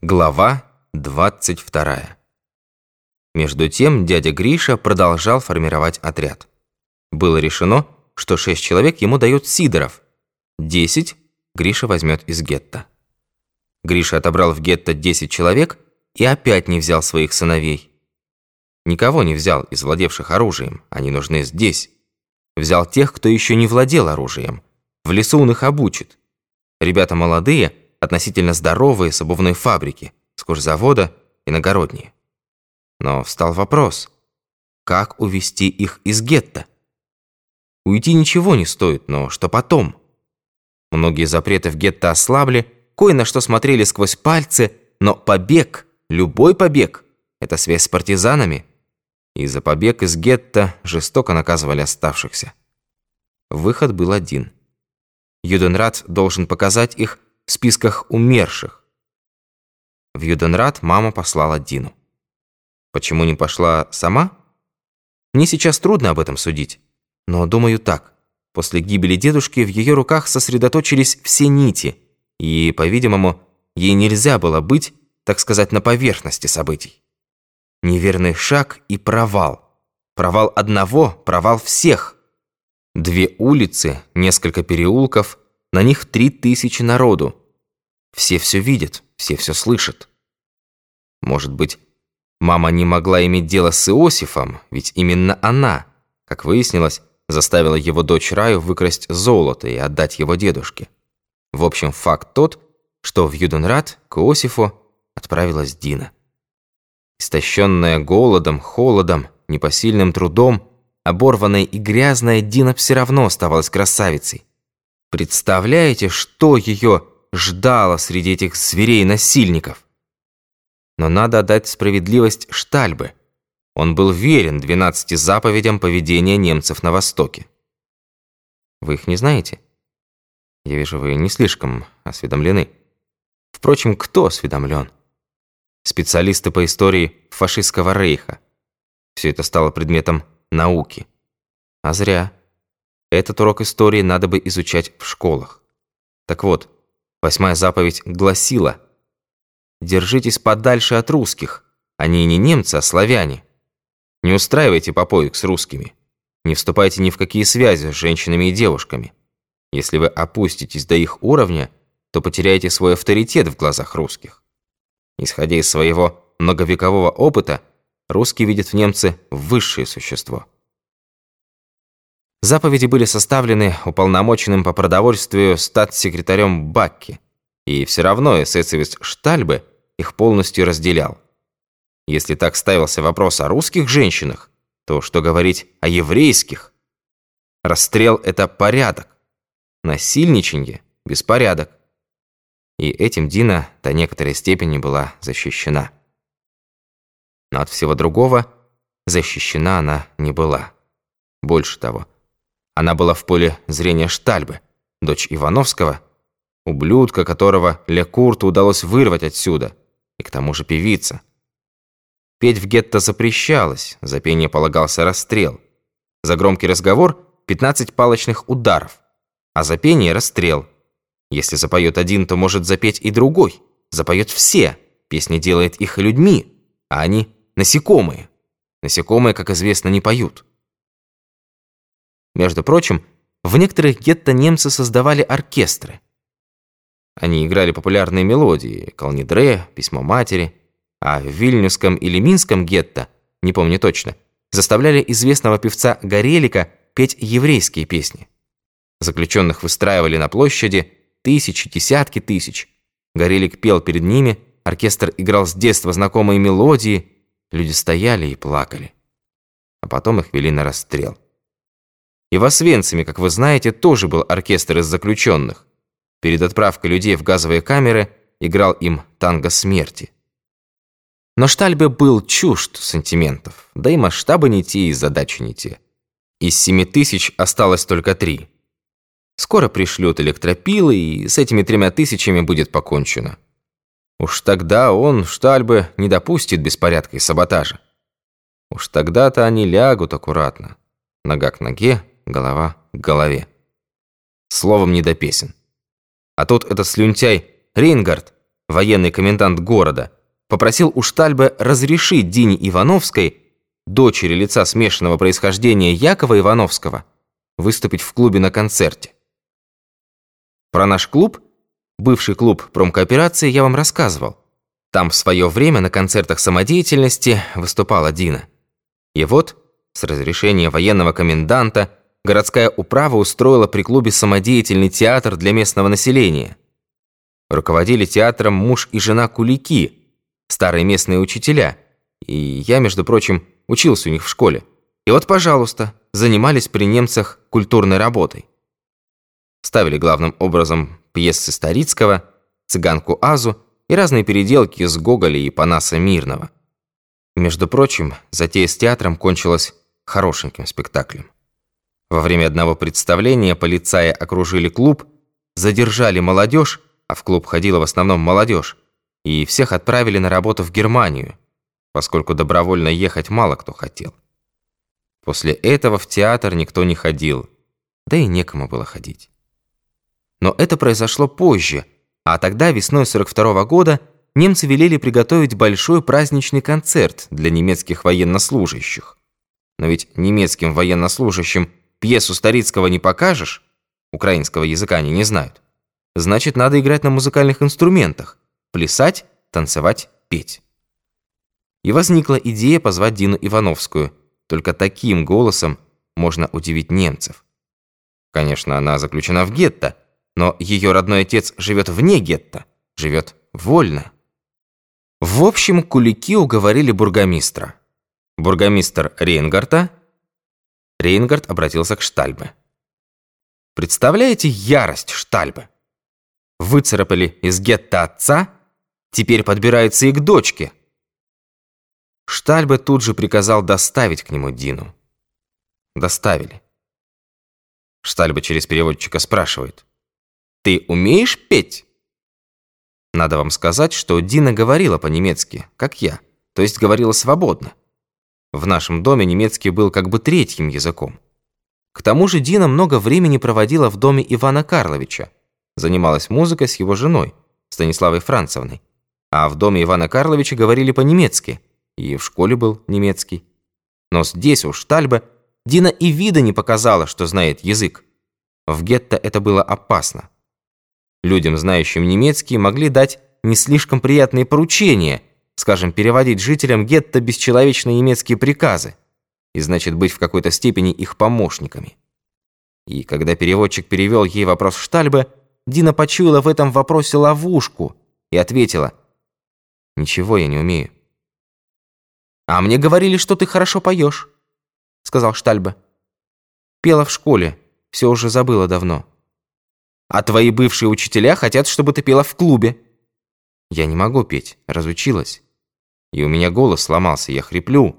Глава 22. Между тем дядя Гриша продолжал формировать отряд. Было решено, что 6 человек ему дает Сидоров, 10 Гриша возьмет из гетто. Гриша отобрал в гетто 10 человек и опять не взял своих сыновей. Никого не взял из владевших оружием, они нужны здесь. Взял тех, кто еще не владел оружием. В лесу он их обучит. Ребята молодые, относительно здоровые, с обувной фабрики, с кожзавода, иногородние. Но встал вопрос, как увести их из гетто? Уйти ничего не стоит, но что потом? Многие запреты в гетто ослабли, кое на что смотрели сквозь пальцы, но побег, любой побег, это связь с партизанами. И за побег из гетто жестоко наказывали оставшихся. Выход был один. Юденрат должен показать их в списках умерших. В Юденрат мама послала Дину. Почему не пошла сама? Мне сейчас трудно об этом судить. Но думаю так. После гибели дедушки в ее руках сосредоточились все нити, и, по-видимому, ей нельзя было быть, так сказать, на поверхности событий. Неверный шаг и провал. Провал одного, провал всех. 2 улицы, несколько переулков, на них 3000 народу. Все видят, все слышат. Может быть, мама не могла иметь дело с Иосифом, ведь именно она, как выяснилось, заставила его дочь Раю выкрасть золото и отдать его дедушке. В общем, факт тот, что в Юденрат к Иосифу отправилась Дина. Истощенная голодом, холодом, непосильным трудом, оборванная и грязная, Дина все равно оставалась красавицей. Представляете, что ее ждало среди этих зверей-насильников? Но надо отдать справедливость Штальбе. Он был верен 12 заповедям поведения немцев на Востоке. Вы их не знаете? Я вижу, вы не слишком осведомлены. Впрочем, кто осведомлен? Специалисты по истории фашистского рейха. Все это стало предметом науки. А зря. Этот урок истории надо бы изучать в школах. Так вот, 8-я заповедь гласила: «Держитесь подальше от русских. Они не немцы, а славяне. Не устраивайте попоек с русскими. Не вступайте ни в какие связи с женщинами и девушками. Если вы опуститесь до их уровня, то потеряете свой авторитет в глазах русских». Исходя из своего многовекового опыта, русские видят в немце высшее существо. Заповеди были составлены уполномоченным по продовольствию статс-секретарем Бакки, и все равно эсэсовец Штальбе их полностью разделял. Если так ставился вопрос о русских женщинах, то что говорить о еврейских? Расстрел – это порядок, насильничанье – беспорядок. И этим Дина до некоторой степени была защищена. Но от всего другого защищена она не была. Больше того, она была в поле зрения Штальбе, дочь Ивановского, ублюдка, которого Лекурту удалось вырвать отсюда, и к тому же певица. Петь в гетто запрещалось, за пение полагался расстрел. За громкий разговор 15 палочных ударов, а за пение расстрел. Если запоет один, то может запеть и другой. Запоет все. Песня делает их людьми, а они насекомые. Насекомые, как известно, не поют. Между прочим, в некоторых гетто немцы создавали оркестры. Они играли популярные мелодии «Калнидре», «Письмо матери», а в Вильнюсском или Минском гетто, не помню точно, заставляли известного певца Горелика петь еврейские песни. Заключенных выстраивали на площади, тысячи, десятки тысяч. Горелик пел перед ними, оркестр играл с детства знакомые мелодии, люди стояли и плакали. А потом их вели на расстрел. И в Освенциме, как вы знаете, тоже был оркестр из заключенных. Перед отправкой людей в газовые камеры играл им танго смерти. Но Штальбе был чужд сантиментов, да и масштабы не те, и задачи не те. Из 7000 осталось только 3. Скоро пришлют электропилы, и с этими 3000 будет покончено. Уж тогда он, Штальбе, не допустит беспорядка и саботажа. Уж тогда-то они лягут аккуратно. Нога к ноге, голова к голове. Словом, не до песен. А тут этот слюнтяй Рейнгард военный комендант города, попросил у Штальбе разрешить Дине Ивановской, дочери лица смешанного происхождения Якова Ивановского, выступить в клубе на концерте. Про наш клуб, бывший клуб промкооперации, я вам рассказывал. Там в свое время на концертах самодеятельности выступала Дина. И вот, с разрешения военного коменданта, городская управа устроила при клубе самодеятельный театр для местного населения. Руководили театром муж и жена Кулики, старые местные учителя, и я, между прочим, учился у них в школе. И вот, пожалуйста, занимались при немцах культурной работой. Ставили главным образом пьесы Старицкого, «Цыганку Азу» и разные переделки из Гоголя и Панаса Мирного. Между прочим, затея с театром кончилась хорошеньким спектаклем. Во время одного представления полицаи окружили клуб, задержали молодежь, а в клуб ходила в основном молодежь, и всех отправили на работу в Германию, поскольку добровольно ехать мало кто хотел. После этого в театр никто не ходил, да и некому было ходить. Но это произошло позже, а тогда, весной 42-го года, немцы велели приготовить большой праздничный концерт для немецких военнослужащих. Но ведь немецким военнослужащим пьесу Старицкого не покажешь, украинского языка они не знают. Значит, надо играть на музыкальных инструментах, плясать, танцевать, петь. И возникла идея позвать Дину Ивановскую. Только таким голосом можно удивить немцев. Конечно, она заключена в гетто, но ее родной отец живет вне гетто, живет вольно. В общем, Кулики уговорили бургомистра. Бургомистр Рейнгарта. Рейнгард обратился к Штальбе. Представляете ярость Штальбе? Выцарапали из гетто отца, теперь подбирается и к дочке. Штальбе тут же приказал доставить к нему Дину. Доставили. Штальбе через переводчика спрашивает: «Ты умеешь петь?» Надо вам сказать, что Дина говорила по-немецки, как я, то есть говорила свободно. В нашем доме немецкий был как бы третьим языком. К тому же Дина много времени проводила в доме Ивана Карловича, занималась музыкой с его женой, Станиславой Францевной, а в доме Ивана Карловича говорили по-немецки, и в школе был немецкий. Но здесь, у Штальбе, Дина и вида не показала, что знает язык. В гетто это было опасно. Людям, знающим немецкий, могли дать не слишком приятные поручения, скажем, переводить жителям гетто бесчеловечные немецкие приказы, и значит быть в какой-то степени их помощниками. И когда переводчик перевел ей вопрос Штальбе, Дина почуяла в этом вопросе ловушку и ответила: «Ничего я не умею». «А мне говорили, что ты хорошо поешь», — сказал Штальбе. «Пела в школе, все уже забыла давно. А твои бывшие учителя хотят, чтобы ты пела в клубе». «Я не могу петь, разучилась. И у меня голос сломался, я хриплю».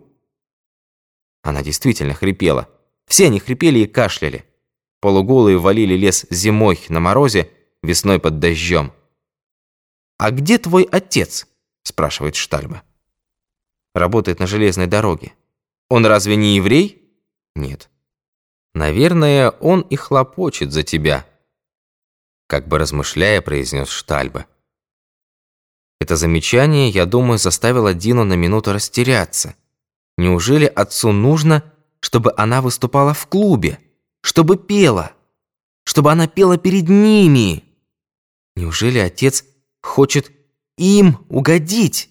Она действительно хрипела. Все они хрипели и кашляли. Полуголые валили лес зимой на морозе, весной под дождем. «А где твой отец?» – спрашивает Штальбе. «Работает на железной дороге. Он разве не еврей?» «Нет». «Наверное, он и хлопочет за тебя», – как бы размышляя, произнес Штальбе. Это замечание, я думаю, заставило Дину на минуту растеряться. Неужели отцу нужно, чтобы она выступала в клубе, чтобы пела, чтобы она пела перед ними? Неужели отец хочет им угодить?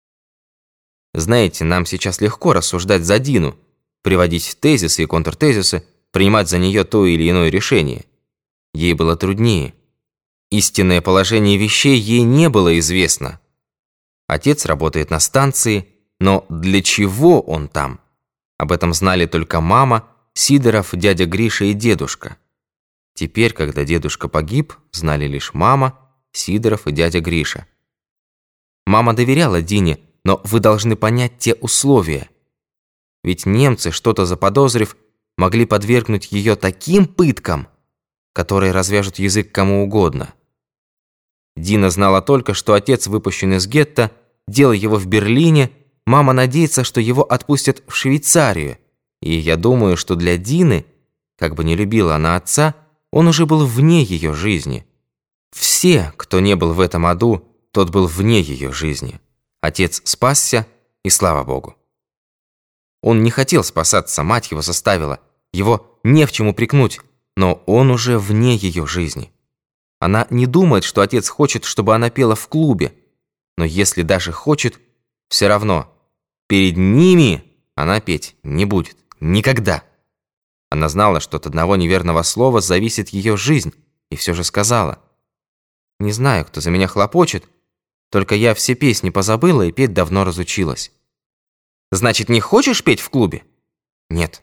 Знаете, нам сейчас легко рассуждать за Дину, приводить тезисы и контртезисы, принимать за нее то или иное решение. Ей было труднее. Истинное положение вещей ей не было известно. Отец работает на станции, но для чего он там? Об этом знали только мама, Сидоров, дядя Гриша и дедушка. Теперь, когда дедушка погиб, знали лишь мама, Сидоров и дядя Гриша. Мама доверяла Дине, но вы должны понять те условия. Ведь немцы, что-то заподозрив, могли подвергнуть ее таким пыткам, которые развяжут язык кому угодно. Дина знала только, что отец выпущен из гетто, дело его в Берлине, мама надеется, что его отпустят в Швейцарию. И я думаю, что для Дины, как бы не любила она отца, он уже был вне ее жизни. Все, кто не был в этом аду, тот был вне ее жизни. Отец спасся, и слава Богу. Он не хотел спасаться, мать его заставила. Его не в чем упрекнуть, но он уже вне ее жизни. Она не думает, что отец хочет, чтобы она пела в клубе. Но если даже хочет, все равно перед ними она петь не будет. Никогда. Она знала, что от одного неверного слова зависит ее жизнь, и все же сказала: «Не знаю, кто за меня хлопочет, только я все песни позабыла и петь давно разучилась». «Значит, не хочешь петь в клубе?» «Нет».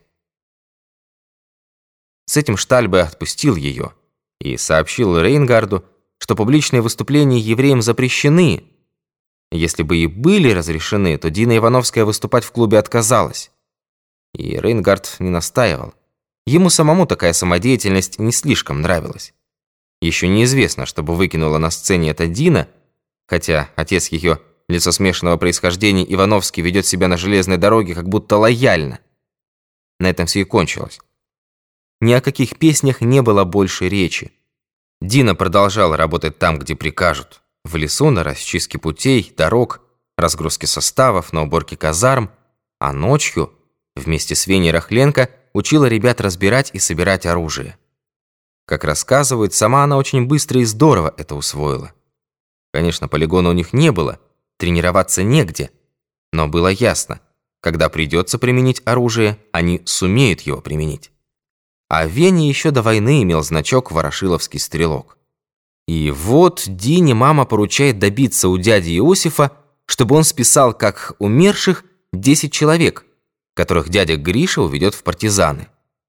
С этим Штальбе отпустил ее и сообщил Рейнгарду, что публичные выступления евреям запрещены. Если бы и были разрешены, то Дина Ивановская выступать в клубе отказалась. И Рейнгард не настаивал. Ему самому такая самодеятельность не слишком нравилась. Еще неизвестно, чтобы выкинула на сцене эта Дина, хотя отец ее, лицо смешанного происхождения, Ивановский, ведет себя на железной дороге как будто лояльно. На этом все и кончилось. Ни о каких песнях не было больше речи. Дина продолжала работать там, где прикажут. В лесу, на расчистке путей, дорог, разгрузке составов, на уборке казарм. А ночью, вместе с Веней Рахленко, учила ребят разбирать и собирать оружие. Как рассказывают, сама она очень быстро и здорово это усвоила. Конечно, полигона у них не было, тренироваться негде. Но было ясно, когда придется применить оружие, они сумеют его применить. А Веня еще до войны имел значок «Ворошиловский стрелок». И вот Дине мама поручает добиться у дяди Иосифа, чтобы он списал как умерших 10 человек, которых дядя Гриша уведет в партизаны.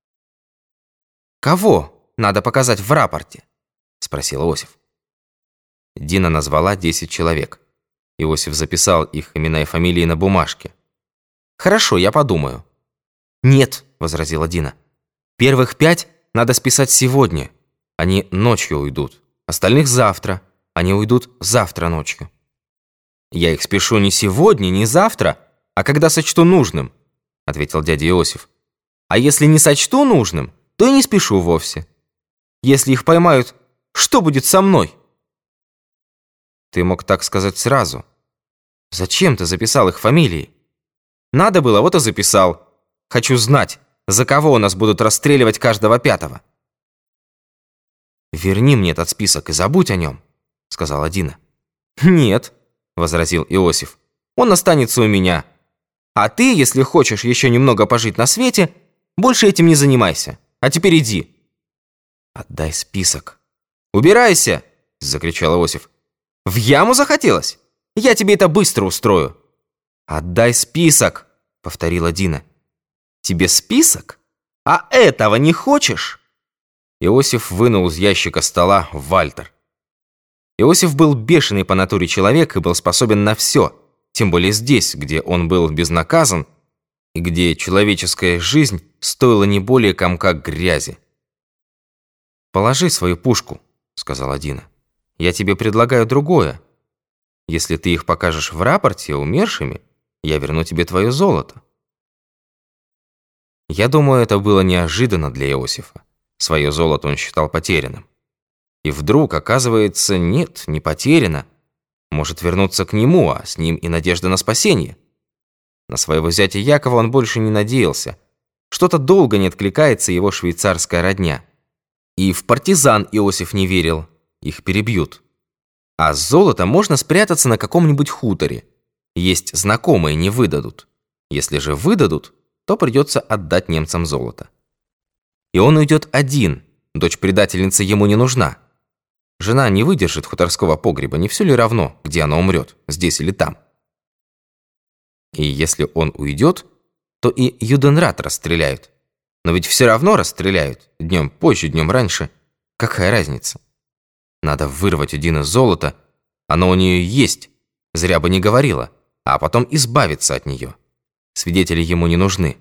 «Кого надо показать в рапорте?» – спросил Иосиф. Дина назвала 10 человек. Иосиф записал их имена и фамилии на бумажке. «Хорошо, я подумаю». «Нет», – возразила Дина. «Первых 5 надо списать сегодня. Они ночью уйдут. Остальных завтра. Они уйдут завтра ночью». «Я их спешу не сегодня, не завтра, а когда сочту нужным», — ответил дядя Иосиф. «А если не сочту нужным, то и не спешу вовсе. Если их поймают, что будет со мной?» «Ты мог так сказать сразу. Зачем ты записал их фамилии?» «Надо было, вот и записал. Хочу знать, за кого у нас будут расстреливать каждого 5-го». «Верни мне этот список и забудь о нем», — сказала Дина. «Нет», — возразил Иосиф, — «он останется у меня. А ты, если хочешь еще немного пожить на свете, больше этим не занимайся. А теперь иди». «Отдай список». «Убирайся!» — закричал Иосиф. «В яму захотелось? Я тебе это быстро устрою». «Отдай список», — повторила Дина. «Тебе список? А этого не хочешь?» Иосиф вынул из ящика стола Вальтер. Иосиф был бешеный по натуре человек и был способен на все, тем более здесь, где он был безнаказан и где человеческая жизнь стоила не более комка грязи. «Положи свою пушку», — сказала Дина. «Я тебе предлагаю другое. Если ты их покажешь в рапорте умершими, я верну тебе твое золото». Я думаю, это было неожиданно для Иосифа. Свое золото он считал потерянным. И вдруг, оказывается, нет, не потеряно. Может вернуться к нему, а с ним и надежда на спасение. На своего зятя Якова он больше не надеялся. Что-то долго не откликается его швейцарская родня. И в партизан Иосиф не верил. Их перебьют. А с золотом можно спрятаться на каком-нибудь хуторе. Есть знакомые, не выдадут. Если же выдадут, то придется отдать немцам золото. И он уйдет один, дочь предательницы ему не нужна. Жена не выдержит хуторского погреба, не все ли равно, где она умрет, здесь или там. И если он уйдет, то и Юденрат расстреляют. Но ведь все равно расстреляют, днем позже, днем раньше. Какая разница? Надо вырвать у Дины золото, оно у нее есть, зря бы не говорила, а потом избавиться от нее. Свидетели ему не нужны.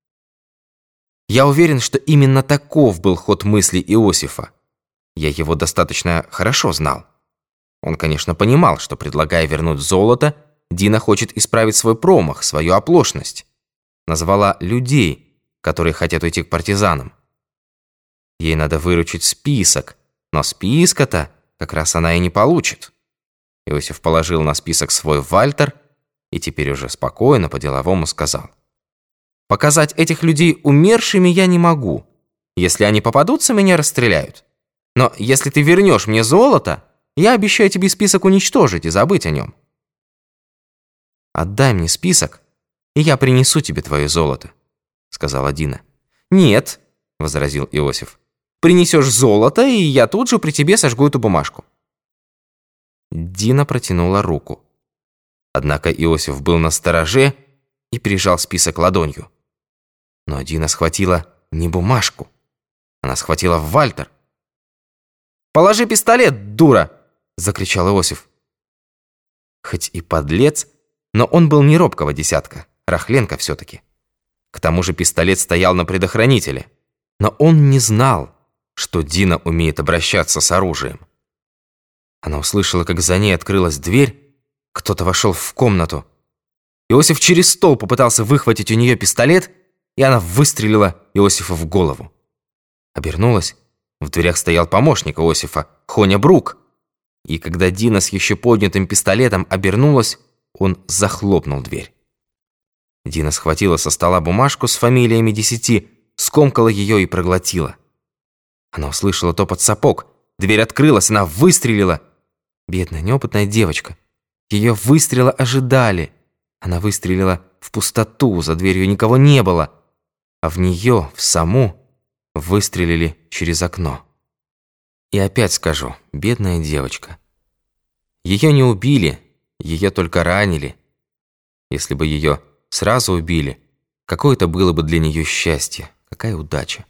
Я уверен, что именно таков был ход мысли Иосифа. Я его достаточно хорошо знал. Он, конечно, понимал, что, предлагая вернуть золото, Дина хочет исправить свой промах, свою оплошность. Назвала людей, которые хотят уйти к партизанам. Ей надо выручить список, но списка-то как раз она и не получит. Иосиф положил на список свой вальтер и теперь уже спокойно по-деловому сказал: «Показать этих людей умершими я не могу. Если они попадутся, меня расстреляют. Но если ты вернешь мне золото, я обещаю тебе список уничтожить и забыть о нем». «Отдай мне список, и я принесу тебе твое золото», — сказала Дина. «Нет», — возразил Иосиф, — «принесешь золото, и я тут же при тебе сожгу эту бумажку». Дина протянула руку. Однако Иосиф был настороже и прижал список ладонью. Но Дина схватила не бумажку, она схватила вальтер. «Положи пистолет, дура!» — закричал Иосиф. Хоть и подлец, но он был не робкого десятка, Рахленко все-таки. К тому же пистолет стоял на предохранителе. Но он не знал, что Дина умеет обращаться с оружием. Она услышала, как за ней открылась дверь, кто-то вошел в комнату. Иосиф через стол попытался выхватить у нее пистолет, и она выстрелила Иосифу в голову. Обернулась, в дверях стоял помощник Иосифа, Хоня Брук. И когда Дина с еще поднятым пистолетом обернулась, он захлопнул дверь. Дина схватила со стола бумажку с фамилиями 10, скомкала ее и проглотила. Она услышала топот сапог, дверь открылась, она выстрелила. Бедная, неопытная девочка. Ее выстрела ожидали. Она выстрелила в пустоту, за дверью никого не было. А в нее, в саму, выстрелили через окно. И опять скажу, бедная девочка. Ее не убили, ее только ранили. Если бы ее сразу убили, какое это было бы для нее счастье, какая удача.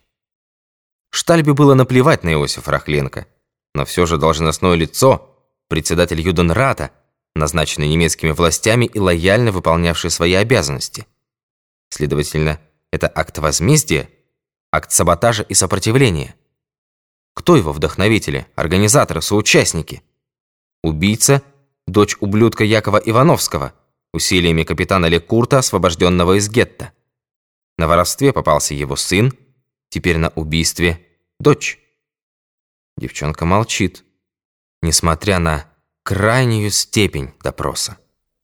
Штальбе было наплевать на Иосифа Рахленко, но все же должностное лицо, председатель Юденрата, назначенный немецкими властями и лояльно выполнявший свои обязанности. Следовательно, это акт возмездия, акт саботажа и сопротивления. Кто его вдохновители, организаторы, соучастники? Убийца, дочь ублюдка Якова Ивановского, усилиями капитана Лекурта, освобожденного из гетто. На воровстве попался его сын, теперь на убийстве дочь. Девчонка молчит, несмотря на крайнюю степень допроса.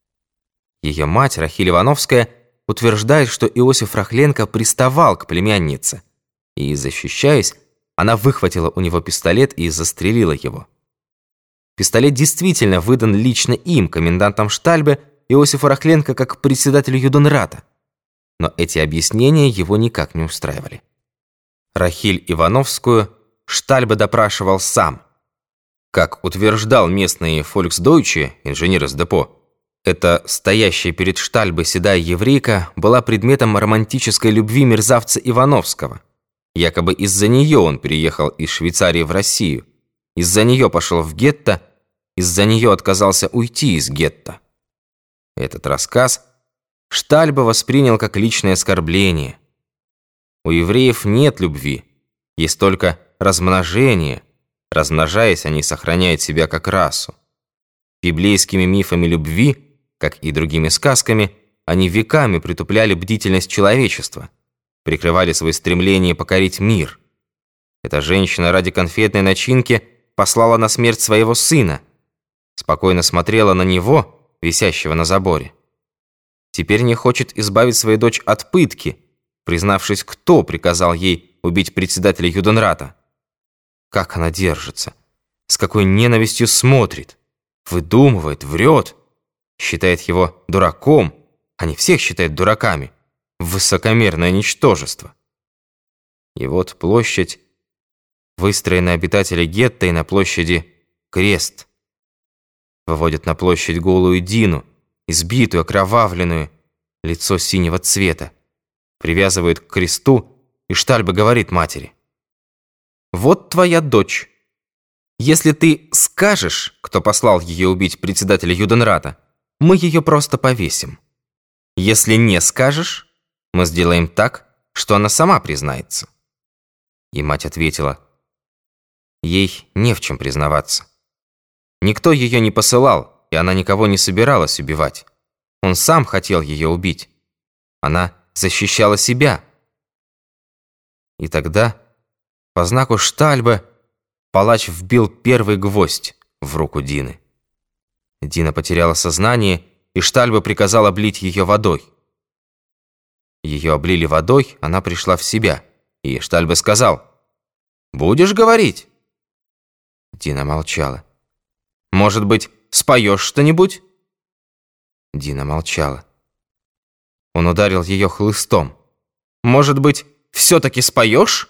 Ее мать, Рахиль Ивановская, утверждает, что Иосиф Рахленко приставал к племяннице, и, защищаясь, она выхватила у него пистолет и застрелила его. Пистолет действительно выдан лично им, комендантом Штальбе, Иосифу Рахленко, как председателю Юденрата. Но эти объяснения его никак не устраивали. Рахиль Ивановскую Штальбе допрашивал сам. Как утверждал местный фольксдойче, инженер из депо, эта стоящая перед Штальбе седая еврейка была предметом романтической любви мерзавца Ивановского. Якобы из-за нее он переехал из Швейцарии в Россию, из-за нее пошел в гетто, из-за нее отказался уйти из гетто. Этот рассказ Штальбе воспринял как личное оскорбление. У евреев нет любви, есть только размножение. Размножаясь, они сохраняют себя как расу. Библейскими мифами любви, как и другими сказками, они веками притупляли бдительность человечества, прикрывали свои стремления покорить мир. Эта женщина ради конфетной начинки послала на смерть своего сына, спокойно смотрела на него, висящего на заборе. Теперь не хочет избавить свою дочь от пытки, признавшись, кто приказал ей убить председателя Юденрата. Как она держится, с какой ненавистью смотрит, выдумывает, врет, считает его дураком, они всех считают дураками, высокомерное ничтожество. И вот площадь, выстроена обитатели гетто, и на площади крест. Выводят на площадь голую Дину, избитую, окровавленную, лицо синего цвета. Привязывают к кресту, и Штальбе говорит матери: «Вот твоя дочь. Если ты скажешь, кто послал ее убить председателя Юденрата, мы ее просто повесим. Если не скажешь, мы сделаем так, что она сама признается». И мать ответила: ей не в чем признаваться. Никто ее не посылал, и она никого не собиралась убивать. Он сам хотел ее убить. Она защищала себя. И тогда, по знаку Штальбе, палач вбил первый гвоздь в руку Дины. Дина потеряла сознание, и Штальба приказал облить ее водой. Ее облили водой, она пришла в себя, и Штальба сказал: «Будешь говорить?» Дина молчала. «Может быть, споешь что-нибудь?» Дина молчала. Он ударил ее хлыстом. «Может быть, все-таки споешь?»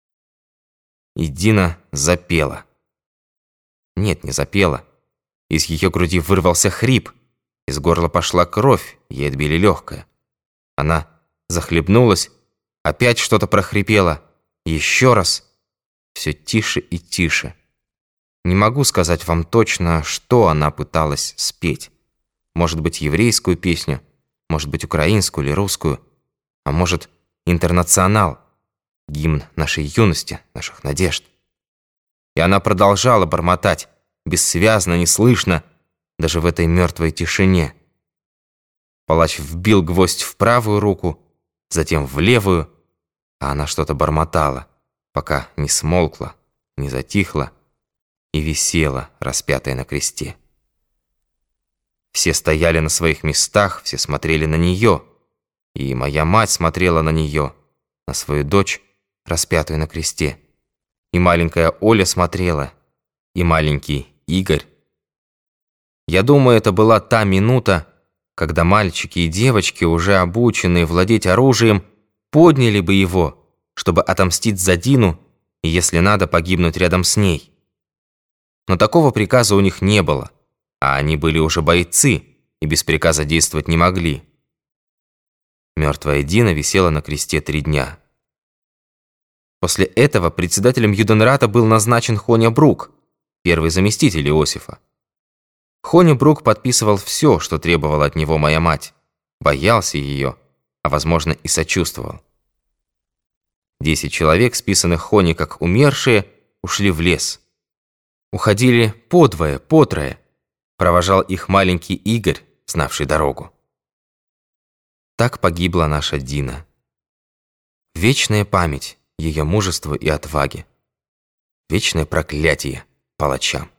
И Дина запела. Нет, не запела. Из ее груди вырвался хрип. Из горла пошла кровь, ей отбили легкое. Она захлебнулась, опять что-то прохрипела. Еще раз. Все тише и тише. Не могу сказать вам точно, что она пыталась спеть. Может быть, еврейскую песню, может быть, украинскую или русскую, а может, интернационал, гимн нашей юности, наших надежд. И она продолжала бормотать, бессвязно, неслышно, даже в этой мертвой тишине. Палач вбил гвоздь в правую руку, затем в левую, а она что-то бормотала, пока не смолкла, не затихла и висела, распятая на кресте. Все стояли на своих местах, все смотрели на нее, и моя мать смотрела на нее, на свою дочь, распятую на кресте. И маленькая Оля смотрела, и маленький Игорь. Я думаю, это была та минута, когда мальчики и девочки, уже обученные владеть оружием, подняли бы его, чтобы отомстить за Дину и, если надо, погибнуть рядом с ней. Но такого приказа у них не было, а они были уже бойцы и без приказа действовать не могли. Мертвая Дина висела на кресте 3 дня. После этого председателем Юденрата был назначен Хоня Брук, первый заместитель Иосифа. Хоня Брук подписывал все, что требовала от него моя мать, боялся ее, а возможно и сочувствовал. 10 человек, списанных Хоне как умершие, ушли в лес. Уходили по двое, по трое. Провожал их маленький Игорь, знавший дорогу. Так погибла наша Дина. Вечная память ее мужеству и отваге. Вечное проклятие палачам.